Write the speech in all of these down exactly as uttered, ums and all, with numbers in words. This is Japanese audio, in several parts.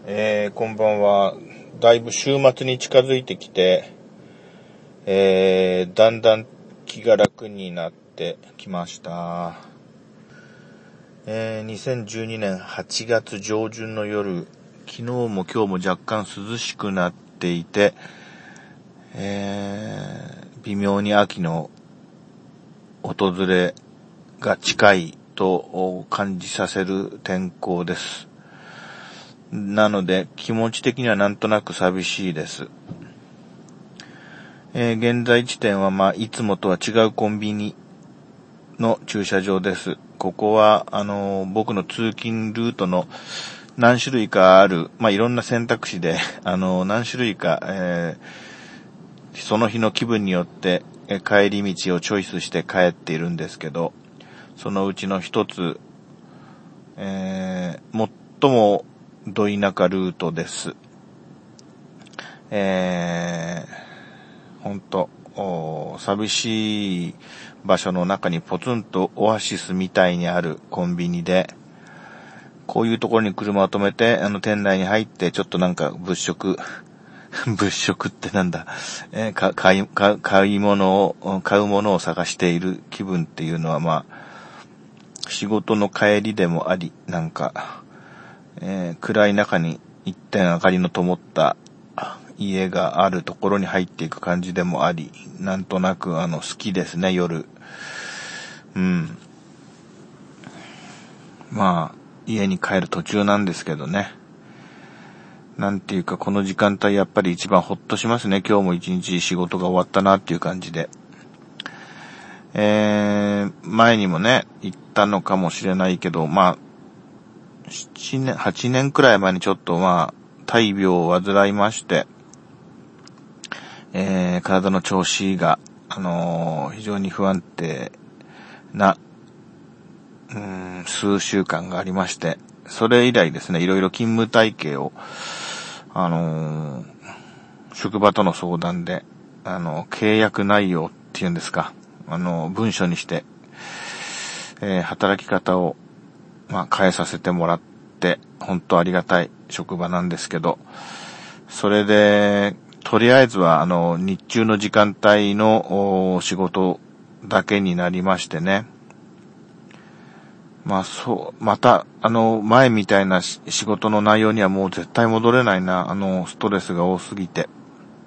えー、こんばんは。だいぶ週末に近づいてきて、えー、だんだん気が楽になってきました。えー、にせんじゅうにねんはちがつ上旬の夜、昨日も今日も若干涼しくなっていて、えー、微妙に秋の訪れが近いと感じさせる天候です。なので気持ち的にはなんとなく寂しいです。えー、現在地点はまあいつもとは違うコンビニの駐車場です。ここはあのー、僕の通勤ルートの何種類かある、まあいろんな選択肢であのー、何種類か、えー、その日の気分によって、えー、帰り道をチョイスして帰っているんですけど、そのうちの一つ、えー、最もど田舎ルートです。えー、ほんと、寂しい場所の中にポツンとオアシスみたいにあるコンビニで、こういうところに車を止めて、あの店内に入って、ちょっとなんか物色、物色ってなんだ、えー、か買い、買い物を、買うものを探している気分っていうのはまあ、仕事の帰りでもあり、なんか、えー、暗い中に一点明かりの灯った家があるところに入っていく感じでもあり、なんとなくあの好きですね、夜。うん。まあ、家に帰る途中なんですけどね。なんていうかこの時間帯やっぱり一番ほっとしますね。今日も一日仕事が終わったなっていう感じで。えー、前にもね、言ったのかもしれないけど、まあ、ななねん、はちねんくらい前にちょっとまあ、大病を患いまして、えー、体の調子が、あのー、非常に不安定な、うーん、数週間がありまして、それ以来ですね、いろいろ勤務体系を、あのー、職場との相談で、あの、契約内容っていうんですか、あの、文書にして、えー、働き方を、まあ、変えさせてもらって、本当ありがたい職場なんですけど、それで、とりあえずは、あの、日中の時間帯の仕事だけになりましてね。まあ、そう、また、あの、前みたいな仕事の内容にはもう絶対戻れないな、あの、ストレスが多すぎて。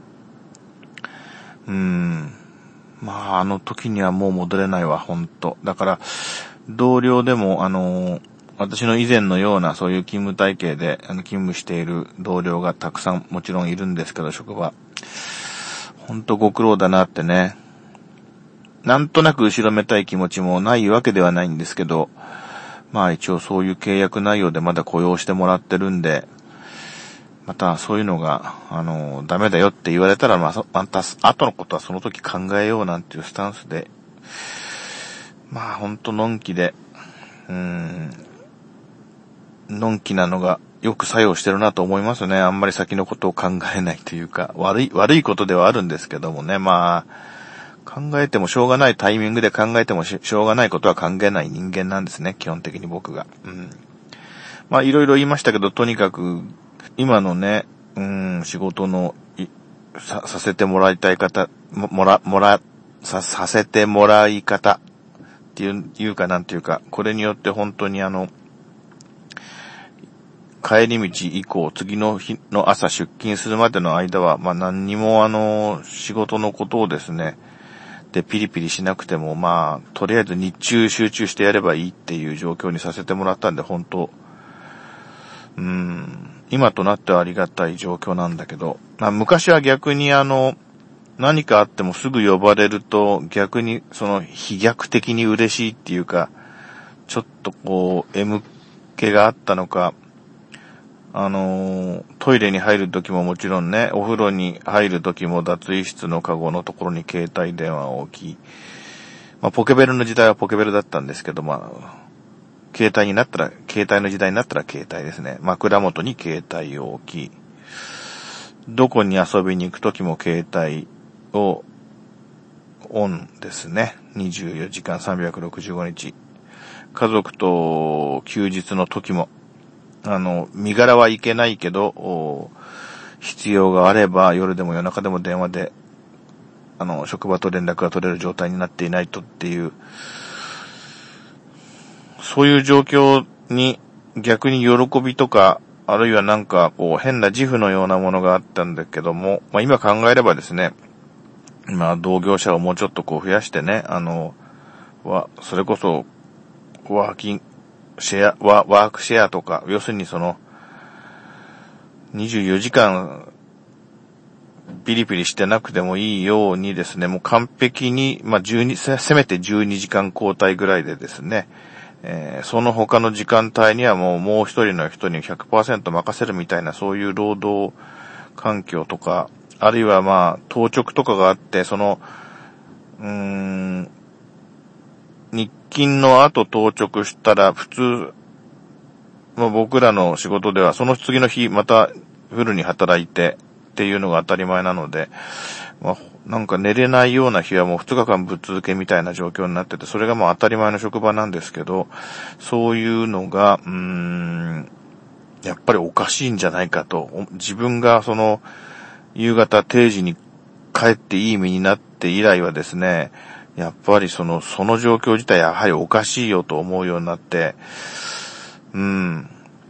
うーん。まあ、あの時にはもう戻れないわ、ほんと。だから、同僚でも、あの、私の以前のようなそういう勤務体系であの勤務している同僚がたくさんもちろんいるんですけど、職場。ほんとご苦労だなってね。なんとなく後ろめたい気持ちもないわけではないんですけど、まあ一応そういう契約内容でまだ雇用してもらってるんで、またそういうのが、あの、ダメだよって言われたら、まあ、あんた、後のことはその時考えようなんていうスタンスで、まあほんとのんきで、うーん、のんきなのがよく作用してるなと思いますね。あんまり先のことを考えないというか、悪い、悪いことではあるんですけどもね。まあ、考えてもしょうがないタイミングで考えてもしょうがないことは考えない人間なんですね。基本的に僕が。うん。まあいろいろ言いましたけど、とにかく、今のね、うん、仕事の、さ、させてもらいたい方、も、もら、もら、さ、させてもらい方っていう、いうかなんていうか、これによって本当にあの、帰り道以降、次の日の朝出勤するまでの間は、まあ何にもあの、仕事のことをですね、でピリピリしなくても、まあ、とりあえず日中集中してやればいいっていう状況にさせてもらったんで、本当、うーん、今となってはありがたい状況なんだけど、まあ、昔は逆にあの、何かあってもすぐ呼ばれると、逆にその、飛逆的に嬉しいっていうか、ちょっとこう、M 気があったのか、あのー、トイレに入るときももちろんね、お風呂に入るときも脱衣室のカゴのところに携帯電話を置き、まあ、ポケベルの時代はポケベルだったんですけど、まあ、携帯になったら、携帯の時代になったら携帯ですね。枕元に携帯を置き、どこに遊びに行くときも携帯をオンですね。にじゅうよじかんさんびゃくろくじゅうごにち。家族と休日の時も、 あの、身柄はいけないけど、必要があれば夜でも夜中でも電話で、あの、職場と連絡が取れる状態になっていないとっていう、そういう状況に逆に喜びとか、あるいはなんかこう変な自負のようなものがあったんだけども、まあ今考えればですね、まあ同業者をもうちょっとこう増やしてね、あの、は、それこそ、ワーキン、シェア、ワークシェアとか、要するにその、にじゅうよじかん、ピリピリしてなくてもいいようにですね、もう完璧に、まあじゅうに、せ、せめてじゅうにじかん交代ぐらいでですね、えー、その他の時間帯にはもうもう一人の人に ひゃくパーセント 任せるみたいな、そういう労働環境とか、あるいはまあ、当直とかがあって、その、うーん、日勤の後当直したら普通、まあ、僕らの仕事ではその次の日またフルに働いてっていうのが当たり前なので、まあ、なんか寝れないような日はもうふつかかんぶっ続けみたいな状況になってて、それがまあ当たり前の職場なんですけど、そういうのが、うーん、やっぱりおかしいんじゃないかと、自分がその夕方定時に帰っていい身になって以来はですね、やっぱりその、その状況自体やはりおかしいよと思うようになって、うん。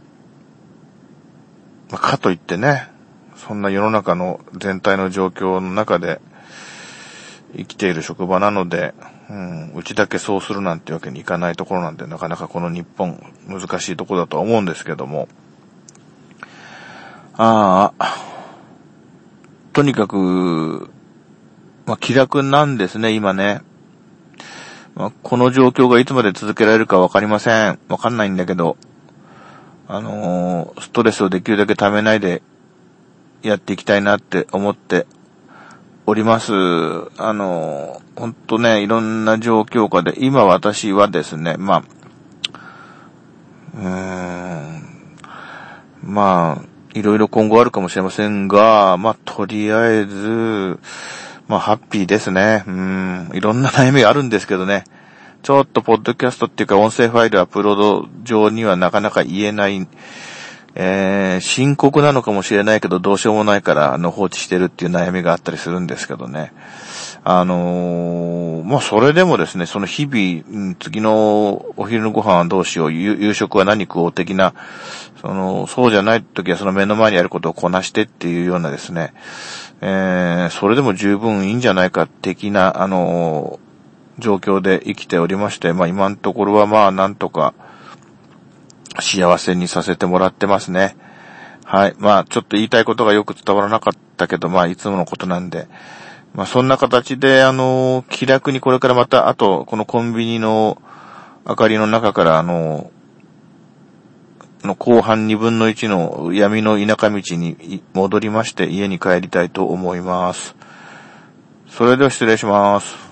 かといってね、そんな世の中の全体の状況の中で生きている職場なので、うん、うちだけそうするなんてわけにいかないところなんで、なかなかこの日本難しいところだとは思うんですけども、ああ、とにかく、まあ、気楽なんですね、今ね。まあ、この状況がいつまで続けられるかわかりません。わかんないんだけど、あのー、ストレスをできるだけ溜めないでやっていきたいなって思っております。あのー、ほんとね、いろんな状況下で、今私はですね、まあ、うーん、まあ、いろいろ今後あるかもしれませんが、まあ、とりあえず、まあ、ハッピーですね。うん、いろんな悩みがあるんですけどね。ちょっとポッドキャストっていうか音声ファイルアップロード上にはなかなか言えない、えー、深刻なのかもしれないけどどうしようもないからあの放置してるっていう悩みがあったりするんですけどね。あのー、まあ、それでもですね、その日々、次のお昼のご飯はどうしよう、夕食は何食おう的な、その、そうじゃない時はその目の前にあることをこなしてっていうようなですね、えー、それでも十分いいんじゃないか的な、あのー、状況で生きておりまして、まあ、今のところはまあ、なんとか幸せにさせてもらってますね。はい。まあ、ちょっと言いたいことがよく伝わらなかったけど、まあ、いつものことなんで、まあそんな形で、あの、気楽にこれからまた、あと、このコンビニの明かりの中から、あの、の後半二分の一の闇の田舎道に戻りまして、家に帰りたいと思います。それでは失礼します。